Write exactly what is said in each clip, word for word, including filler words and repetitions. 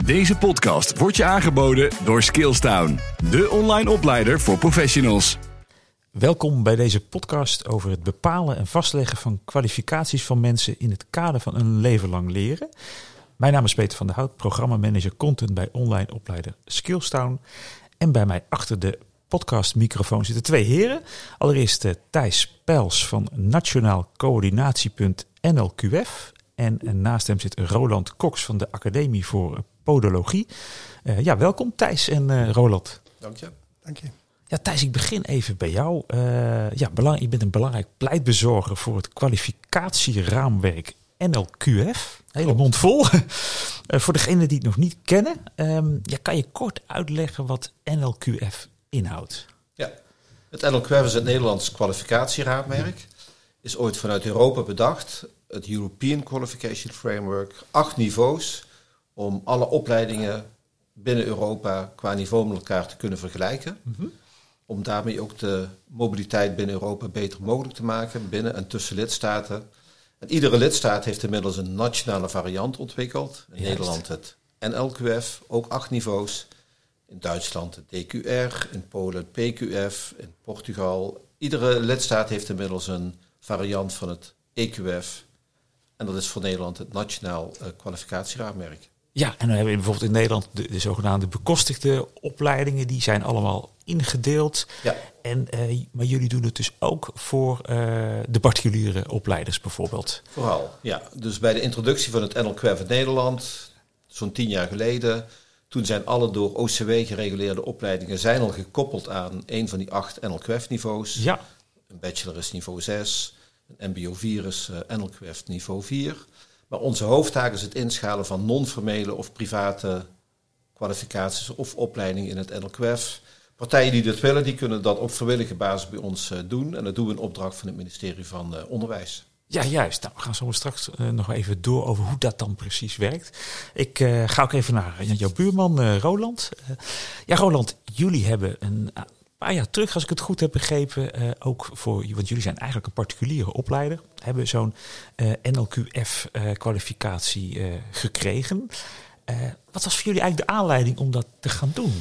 Deze podcast wordt je aangeboden door Skillstown, de online opleider voor professionals. Welkom bij deze podcast over het bepalen en vastleggen van kwalificaties van mensen in het kader van een leven lang leren. Mijn naam is Peter van der Hout, programmamanager content bij online opleider Skillstown. En bij mij achter de podcastmicrofoon zitten twee heren. Allereerst uh, Thijs Pels van Nationaal Coördinatiepunt N L Q F. En, en naast hem zit Roland Cox van de Academie voor Podologie. Uh, ja, welkom Thijs en uh, Roland. Dank je. Dank je. Ja, Thijs, ik begin even bij jou. Uh, ja, belang, je bent een belangrijk pleitbezorger voor het kwalificatieraamwerk N L Q F. Hele mond vol. uh, voor degenen die het nog niet kennen, um, ja, kan je kort uitleggen wat N L Q F inhoudt? Ja, het N L Q F is het Nederlands kwalificatieraamwerk. Is ooit vanuit Europa bedacht. Het European Qualification Framework. Acht niveaus om alle opleidingen binnen Europa qua niveau met elkaar te kunnen vergelijken. Mm-hmm. Om daarmee ook de mobiliteit binnen Europa beter mogelijk te maken binnen en tussen lidstaten. En iedere lidstaat heeft inmiddels een nationale variant ontwikkeld. In Juist. Nederland het N L Q F, ook acht niveaus. In Duitsland het D Q R, in Polen het P Q F, in Portugal. Iedere lidstaat heeft inmiddels een variant van het E Q F. En dat is voor Nederland het Nationaal uh, Kwalificatieraamwerk. Ja, en dan hebben we bijvoorbeeld in Nederland de, de zogenaamde bekostigde opleidingen. Die zijn allemaal ingedeeld. Ja. En, uh, maar jullie doen het dus ook voor uh, de particuliere opleiders bijvoorbeeld. Vooral, ja. Dus bij de introductie van het N L Q F in Nederland, zo'n tien jaar geleden, toen zijn alle door O C W gereguleerde opleidingen zijn al gekoppeld aan een van die acht N L Q F-niveaus. Ja. Een bachelor is niveau zes, een M B O vier is uh, N L Q F niveau vier. Maar onze hoofdtaak is het inschalen van non-formele of private kwalificaties of opleidingen in het N L Q F. Partijen die dat willen, die kunnen dat op vrijwillige basis bij ons uh, doen. En dat doen we in opdracht van het ministerie van uh, Onderwijs. Ja, juist. Nou, we gaan zo straks uh, nog even door over hoe dat dan precies werkt. Ik uh, ga ook even naar jouw buurman uh, Roland. Uh, ja, Roland, jullie hebben een paar jaar terug, als ik het goed heb begrepen, uh, ook voor, want jullie zijn eigenlijk een particuliere opleider, hebben zo'n uh, N L Q F-kwalificatie uh, uh, gekregen. Uh, wat was voor jullie eigenlijk de aanleiding om dat te gaan doen?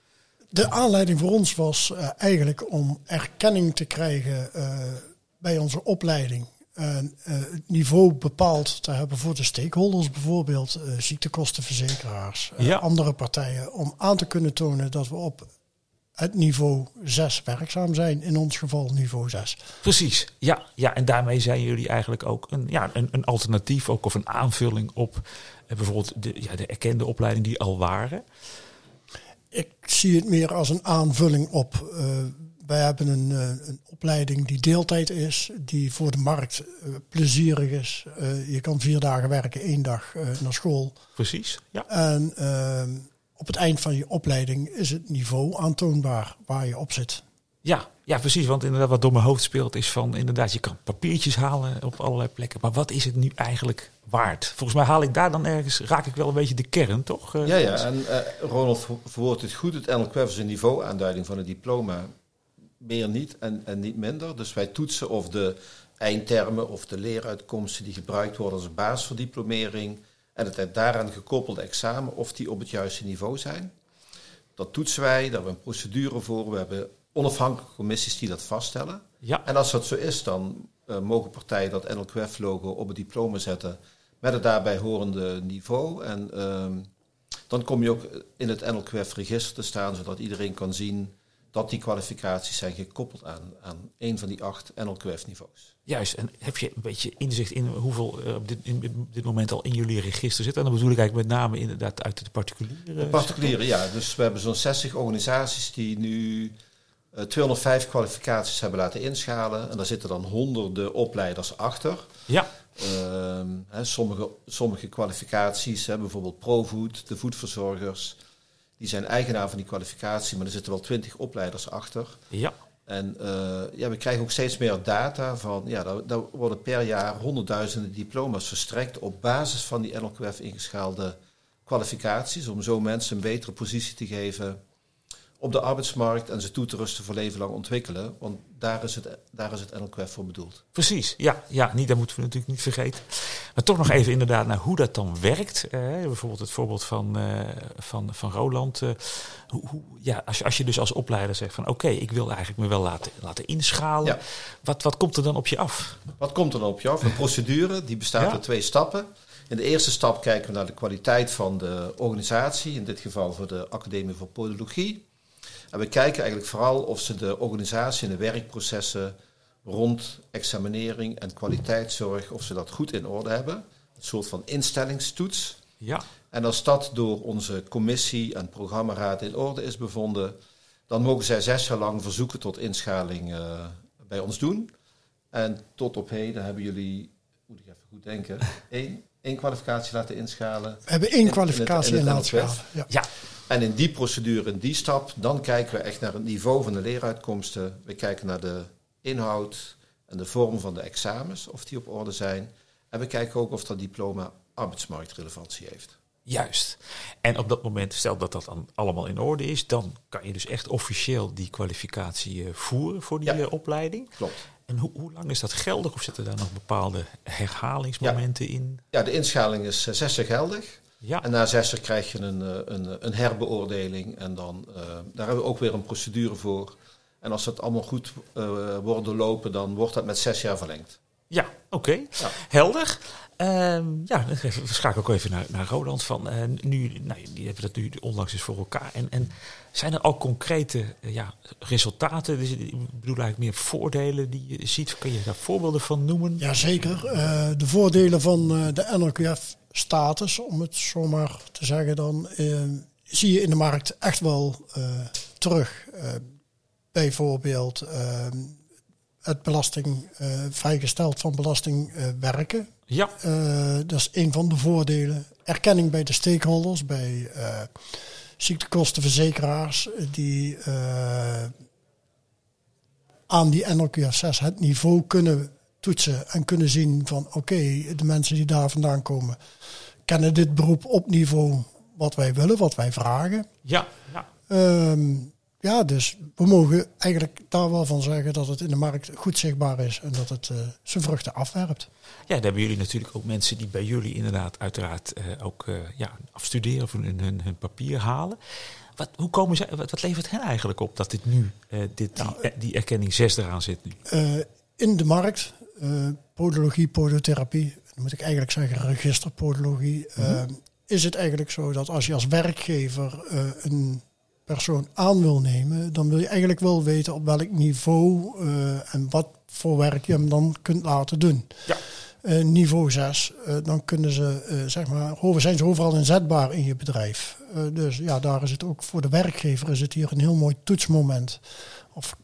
De aanleiding voor ons was uh, eigenlijk om erkenning te krijgen uh, bij onze opleiding. Uh, uh, het niveau bepaald te hebben voor de stakeholders, bijvoorbeeld uh, ziektekostenverzekeraars, uh, ja. andere partijen, om aan te kunnen tonen dat we op het niveau zes werkzaam zijn, in ons geval niveau zes. Precies, ja, ja. En daarmee zijn jullie eigenlijk ook een, ja, een, een alternatief ook, of een aanvulling op uh, bijvoorbeeld de, ja, de erkende opleidingen die al waren. Ik zie het meer als een aanvulling op. Uh, wij hebben een, uh, een opleiding die deeltijd is, die voor de markt uh, plezierig is. Uh, je kan vier dagen werken, één dag uh, naar school. Precies, ja. En uh, op het eind van je opleiding is het niveau aantoonbaar waar je op zit. Ja, ja, precies. Want inderdaad wat door mijn hoofd speelt is van, inderdaad, je kan papiertjes halen op allerlei plekken. Maar wat is het nu eigenlijk waard? Volgens mij haal ik daar dan ergens, raak ik wel een beetje de kern, toch? Ja, ja. En uh, Ronald verwoordt het goed. Het N L Q F is een niveauaanduiding van het diploma. Meer niet en, en niet minder. Dus wij toetsen of de eindtermen of de leeruitkomsten die gebruikt worden als basis voor diplomering en het daaraan gekoppelde examen, of die op het juiste niveau zijn. Dat toetsen wij, daar hebben we een procedure voor. We hebben onafhankelijke commissies die dat vaststellen. Ja. En als dat zo is, dan uh, mogen partijen dat N L Q F-logo op het diploma zetten met het daarbij horende niveau. En uh, dan kom je ook in het N L Q F-register te staan, zodat iedereen kan zien dat die kwalificaties zijn gekoppeld aan, aan een van die acht N L Q F-niveaus. Juist, en heb je een beetje inzicht in hoeveel uh, op dit, in dit moment al in jullie register zit? En dan bedoel ik eigenlijk met name inderdaad uit de particuliere... De particuliere, ja. Dus we hebben zo'n zestig organisaties die nu uh, tweehonderdvijf kwalificaties hebben laten inschalen. En daar zitten dan honderden opleiders achter. Ja. Uh, hè, sommige, sommige kwalificaties, hè, bijvoorbeeld ProFood, de voedverzorgers, die zijn eigenaar van die kwalificatie, maar er zitten wel twintig opleiders achter. Ja. En uh, ja, we krijgen ook steeds meer data van, ja, daar, daar worden per jaar honderdduizenden diploma's verstrekt op basis van die N L Q F ingeschaalde kwalificaties, om zo mensen een betere positie te geven op de arbeidsmarkt en ze toe te rusten voor leven lang ontwikkelen. Want daar is het, daar is het N L Q F voor bedoeld. Precies, ja, ja niet, dat moeten we natuurlijk niet vergeten. Maar toch nog even inderdaad naar hoe dat dan werkt. Uh, bijvoorbeeld het voorbeeld van, uh, van, van Roland. Uh, hoe, hoe, ja, als, je, als je dus als opleider zegt van oké, okay, ik wil eigenlijk me wel laten, laten inschalen. Ja. Wat, wat komt er dan op je af? Wat komt er dan op je af? Een procedure, die bestaat ja. uit twee stappen. In de eerste stap kijken we naar de kwaliteit van de organisatie. In dit geval voor de Academie voor Podologie. En we kijken eigenlijk vooral of ze de organisatie en de werkprocessen rond examinering en kwaliteitszorg, of ze dat goed in orde hebben. Een soort van instellingstoets. Ja. En als dat door onze commissie en programmaraad in orde is bevonden, dan mogen zij zes jaar lang verzoeken tot inschaling uh, bij ons doen. En tot op heden hebben jullie, moet ik even goed denken, één, één kwalificatie laten inschalen. We hebben één in, kwalificatie in laten schalen. Ja. ja. En in die procedure, in die stap, dan kijken we echt naar het niveau van de leeruitkomsten. We kijken naar de inhoud en de vorm van de examens, of die op orde zijn. En we kijken ook of dat diploma arbeidsmarktrelevantie heeft. Juist. En op dat moment, stel dat dat dan allemaal in orde is, dan kan je dus echt officieel die kwalificatie uh, voeren voor die ja, uh, opleiding. Klopt. En hoe, hoe lang is dat geldig? Of zitten daar nog bepaalde herhalingsmomenten ja. in? Ja, de inschaling is uh, zes jaar geldig. Ja. En na zes jaar krijg je een, een, een herbeoordeling. En dan, uh, daar hebben we ook weer een procedure voor. En als dat allemaal goed uh, wordt doorlopen, dan wordt dat met zes jaar verlengd. Ja, oké. Okay. Ja. Helder. Uh, ja, dan schakel ik ook even naar, naar Roland. Van, uh, nu, nou, die hebben dat nu onlangs eens voor elkaar. En, en zijn er al concrete uh, ja, resultaten? Dus, ik bedoel eigenlijk meer voordelen die je ziet. Kun je daar voorbeelden van noemen? Jazeker. Uh, de voordelen van uh, de N L Q F-status, om het zo maar te zeggen, dan uh, zie je in de markt echt wel uh, terug. Uh, bijvoorbeeld uh, het belasting, uh, vrijgesteld van belasting uh, werken. Ja. Uh, dat is een van de voordelen. Erkenning bij de stakeholders, bij uh, ziektekostenverzekeraars die uh, aan die N L Q F zes het niveau kunnen toetsen en kunnen zien van oké, okay, de mensen die daar vandaan komen kennen dit beroep op niveau wat wij willen, wat wij vragen. Ja, ja. Um, ja, dus we mogen eigenlijk daar wel van zeggen dat het in de markt goed zichtbaar is en dat het uh, zijn vruchten afwerpt. Ja, daar hebben jullie natuurlijk ook mensen die bij jullie inderdaad uiteraard uh, ook uh, ja, afstuderen of hun, hun, hun papier halen. Wat, hoe komen ze, wat, wat levert hen eigenlijk op dat dit nu, uh, dit, nou, die, uh, die erkenning zes eraan zit nu? Uh, in de markt, uh, podologie, podotherapie, dan moet ik eigenlijk zeggen registerpodologie, mm-hmm. uh, is het eigenlijk zo dat als je als werkgever uh, een persoon aan wil nemen, dan wil je eigenlijk wel weten op welk niveau uh, en wat voor werk je hem dan kunt laten doen. Ja. Uh, niveau zes, uh, dan kunnen ze, uh, zeg maar, zijn ze overal inzetbaar in je bedrijf. Uh, dus ja, daar is het ook voor de werkgever is het hier een heel mooi toetsmoment. Of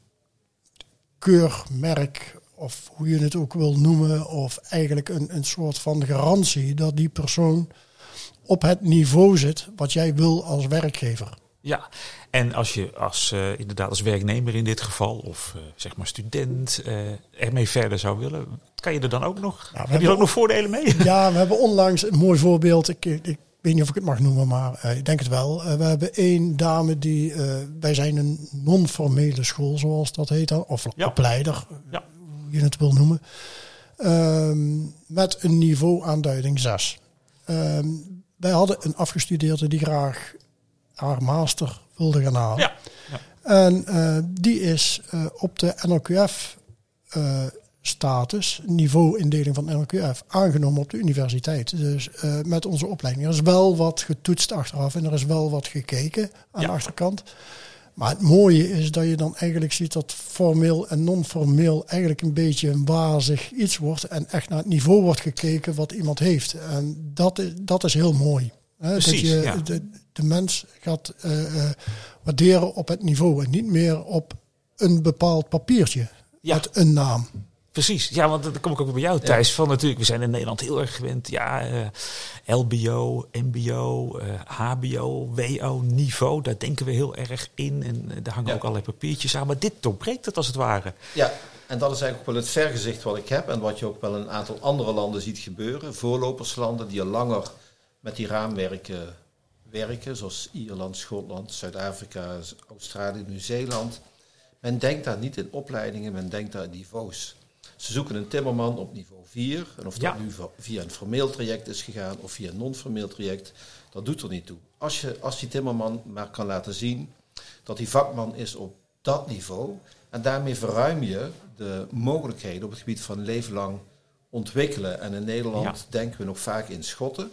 keurmerk, of hoe je het ook wil noemen, of eigenlijk een, een soort van garantie dat die persoon op het niveau zit wat jij wil als werkgever. Ja, en als je als, uh, inderdaad als werknemer in dit geval, of uh, zeg maar student, uh, ermee verder zou willen, kan je er dan ook nog, nou, heb je er ook nog voordelen mee? Ja, we hebben onlangs een mooi voorbeeld, ik, ik weet niet of ik het mag noemen, maar uh, ik denk het wel. Uh, we hebben één dame die, uh, wij zijn een non-formele school, zoals dat heet dan, of ja. opleider, ja. hoe je het wil noemen, uh, met een niveau-aanduiding zes. Uh, wij hadden een afgestudeerde die graag haar master wilde gaan halen. Ja. Ja. En uh, die is uh, op de N L Q F uh, status, niveau-indeling van N L Q F, aangenomen op de universiteit. Dus uh, met onze opleiding. Er is wel wat getoetst achteraf en er is wel wat gekeken aan ja. de achterkant. Maar het mooie is dat je dan eigenlijk ziet dat formeel en non-formeel eigenlijk een beetje een wazig iets wordt en echt naar het niveau wordt gekeken wat iemand heeft. En dat is, dat is heel mooi. Hè? Precies, dat je ja. de, de mens gaat uh, uh, waarderen op het niveau en niet meer op een bepaald papiertje ja. met een naam. Precies, ja, want dan kom ik ook bij jou, Thijs. Ja. Van natuurlijk, we zijn in Nederland heel erg gewend. Ja, uh, L B O, M B O, uh, H B O, W O, niveau. Daar denken we heel erg in. En uh, daar hangen ja. ook allerlei papiertjes aan. Maar dit doorbreekt het als het ware. Ja, en dat is eigenlijk ook wel het vergezicht wat ik heb. En wat je ook wel in een aantal andere landen ziet gebeuren. Voorloperslanden die al langer met die raamwerken werken, zoals Ierland, Schotland, Zuid-Afrika, Australië, Nieuw-Zeeland. Men denkt daar niet in opleidingen, men denkt daar in niveaus. Ze zoeken een timmerman op niveau vier. En of Ja. dat nu via een formeel traject is gegaan of via een non-formeel traject, dat doet er niet toe. Als je als die timmerman maar kan laten zien dat hij vakman is op dat niveau, en daarmee verruim je de mogelijkheden op het gebied van leven lang ontwikkelen. En in Nederland Ja. denken we nog vaak in schotten.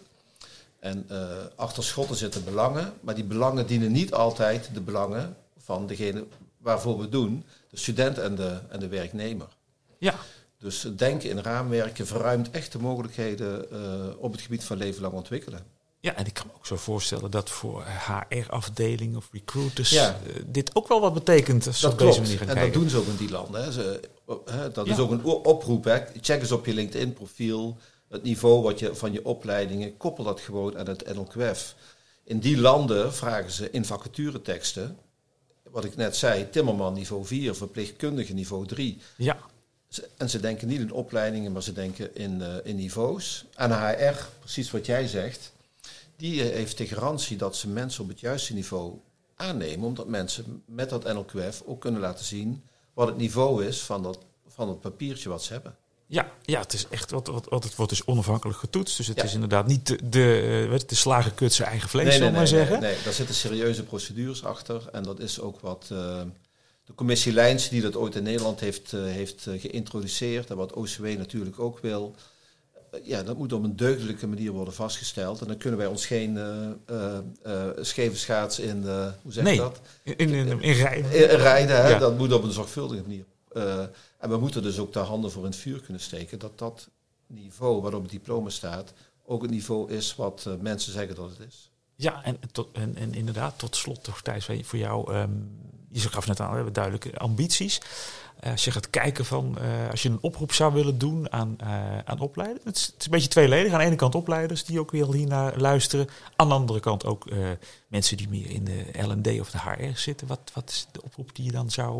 En uh, achter schotten zitten belangen, maar die belangen dienen niet altijd de belangen van degene waarvoor we het doen, de student en de, en de werknemer. Ja. Dus het denken in raamwerken verruimt echt de mogelijkheden uh, op het gebied van leven lang ontwikkelen. Ja, en ik kan me ook zo voorstellen dat voor H R-afdeling of recruiters Ja. uh, dit ook wel wat betekent als ze Dat op deze klopt. manier gaan En kijken. dat doen ze ook in die landen. Hè. Ze, hè, dat Ja. is ook een o- oproep. Hè. Check eens op je LinkedIn-profiel het niveau wat je, van je opleidingen. Koppel dat gewoon aan het N L Q F. In die landen vragen ze in vacatureteksten, wat ik net zei, timmerman niveau vier, verpleegkundige niveau drie. Ja, Ze- En ze denken niet in opleidingen, maar ze denken in, uh, in niveaus. En H R, precies wat jij zegt, die uh, heeft de garantie dat ze mensen op het juiste niveau aannemen, omdat mensen met dat N L Q F ook kunnen laten zien wat het niveau is van dat, van het papiertje wat ze hebben. ja, ja, het is echt wat, wat, wat het wordt dus onafhankelijk getoetst. Dus het Ja. is inderdaad niet de, de, uh, de slager kut zijn eigen vlees, zullen we maar zeggen. Nee, nee, daar zitten serieuze procedures achter. En dat is ook wat uh, de commissie Lijns, die dat ooit in Nederland heeft, uh, heeft uh, geïntroduceerd, en wat O C W natuurlijk ook wil. Uh, ja, dat moet op een deugdelijke manier worden vastgesteld. En dan kunnen wij ons geen uh, uh, uh, scheve schaats in, uh, hoe zeg je Nee, dat? in, in, in, in rijden. In- rijden, hè? Ja. Dat moet op een zorgvuldige manier. Uh, en we moeten dus ook de handen voor in het vuur kunnen steken, dat dat niveau waarop het diploma staat ook het niveau is wat uh, mensen zeggen dat het is. Ja, en, tot, en, en inderdaad, tot slot toch Thijs, voor jou, um, je gaf net aan, we hebben duidelijke ambities. Uh, als je gaat kijken van, uh, als je een oproep zou willen doen aan, uh, aan opleiders. Het is, het is een beetje tweeledig. Aan de ene kant opleiders die ook weer hier naar luisteren. Aan de andere kant ook uh, mensen die meer in de L en D of de H R zitten. Wat, wat is de oproep die je dan zou...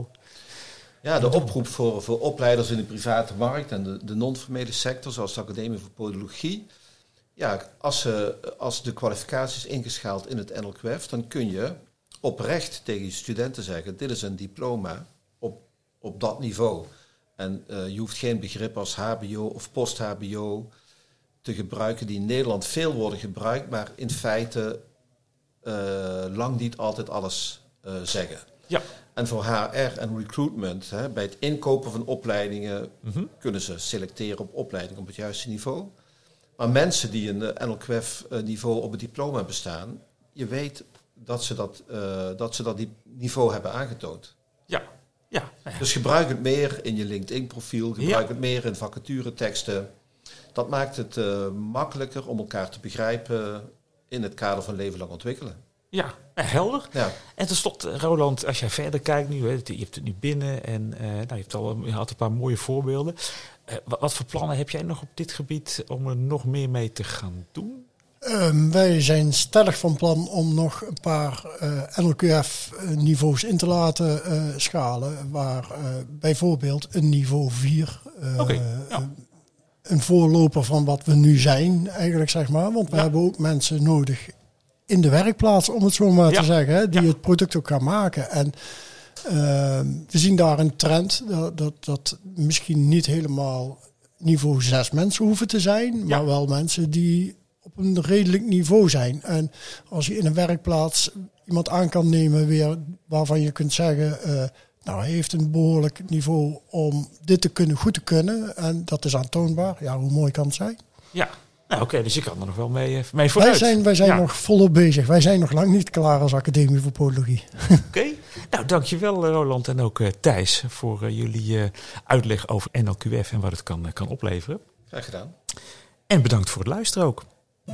Ja, de oproep voor, voor opleiders in de private markt en de, de non-formele sector, zoals de Academie voor Podologie. Ja, als, ze, als de kwalificatie is ingeschaald in het N L Q F, dan kun je oprecht tegen je studenten zeggen, dit is een diploma op, op dat niveau. En uh, je hoeft geen begrip als H B O of post-H B O te gebruiken, die in Nederland veel worden gebruikt, maar in feite uh, lang niet altijd alles uh, zeggen. Ja. En voor H R en recruitment, hè, bij het inkopen van opleidingen, Mm-hmm. kunnen ze selecteren op opleiding op het juiste niveau. Maar mensen die een N L Q F-niveau op het diploma bestaan, je weet dat ze dat, uh, dat ze dat die niveau hebben aangetoond. Ja, ja. Dus gebruik het meer in je LinkedIn-profiel, gebruik Ja. het meer in vacatureteksten. Dat maakt het uh, makkelijker om elkaar te begrijpen in het kader van leven lang ontwikkelen. Ja, helder. Ja. En tot slot, Roland, als jij verder kijkt nu, hè, je hebt het nu binnen en uh, nou, je, hebt al, je had een paar mooie voorbeelden. Uh, wat, wat voor plannen heb jij nog op dit gebied om er nog meer mee te gaan doen? Um, wij zijn stellig van plan om nog een paar uh, N L Q F-niveaus in te laten uh, schalen. Waar uh, bijvoorbeeld een niveau vier, uh, okay, ja. uh, een voorloper van wat we nu zijn, eigenlijk zeg maar. Want we ja. hebben ook mensen nodig in de werkplaats, om het zo maar ja. te zeggen, hè, die ja. het product ook gaan maken. En uh, we zien daar een trend dat, dat, dat misschien niet helemaal niveau zes mensen hoeven te zijn, ja. maar wel mensen die op een redelijk niveau zijn. En als je in een werkplaats iemand aan kan nemen weer waarvan je kunt zeggen, uh, nou, hij heeft een behoorlijk niveau om dit te kunnen, goed te kunnen. En dat is aantoonbaar. Ja, hoe mooi kan het zijn? Ja. Nou, oké, okay, dus je kan er nog wel mee, mee vooruit. Wij zijn, wij zijn ja. nog volop bezig. Wij zijn nog lang niet klaar als Academie voor Podologie. Oké. Okay. Nou, dankjewel Roland en ook uh, Thijs voor uh, jullie uh, uitleg over N L Q F en wat het kan, uh, kan opleveren. Graag gedaan. En bedankt voor het luisteren ook.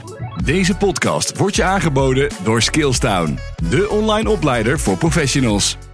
Deze podcast wordt je aangeboden door Skillstown, de online opleider voor professionals.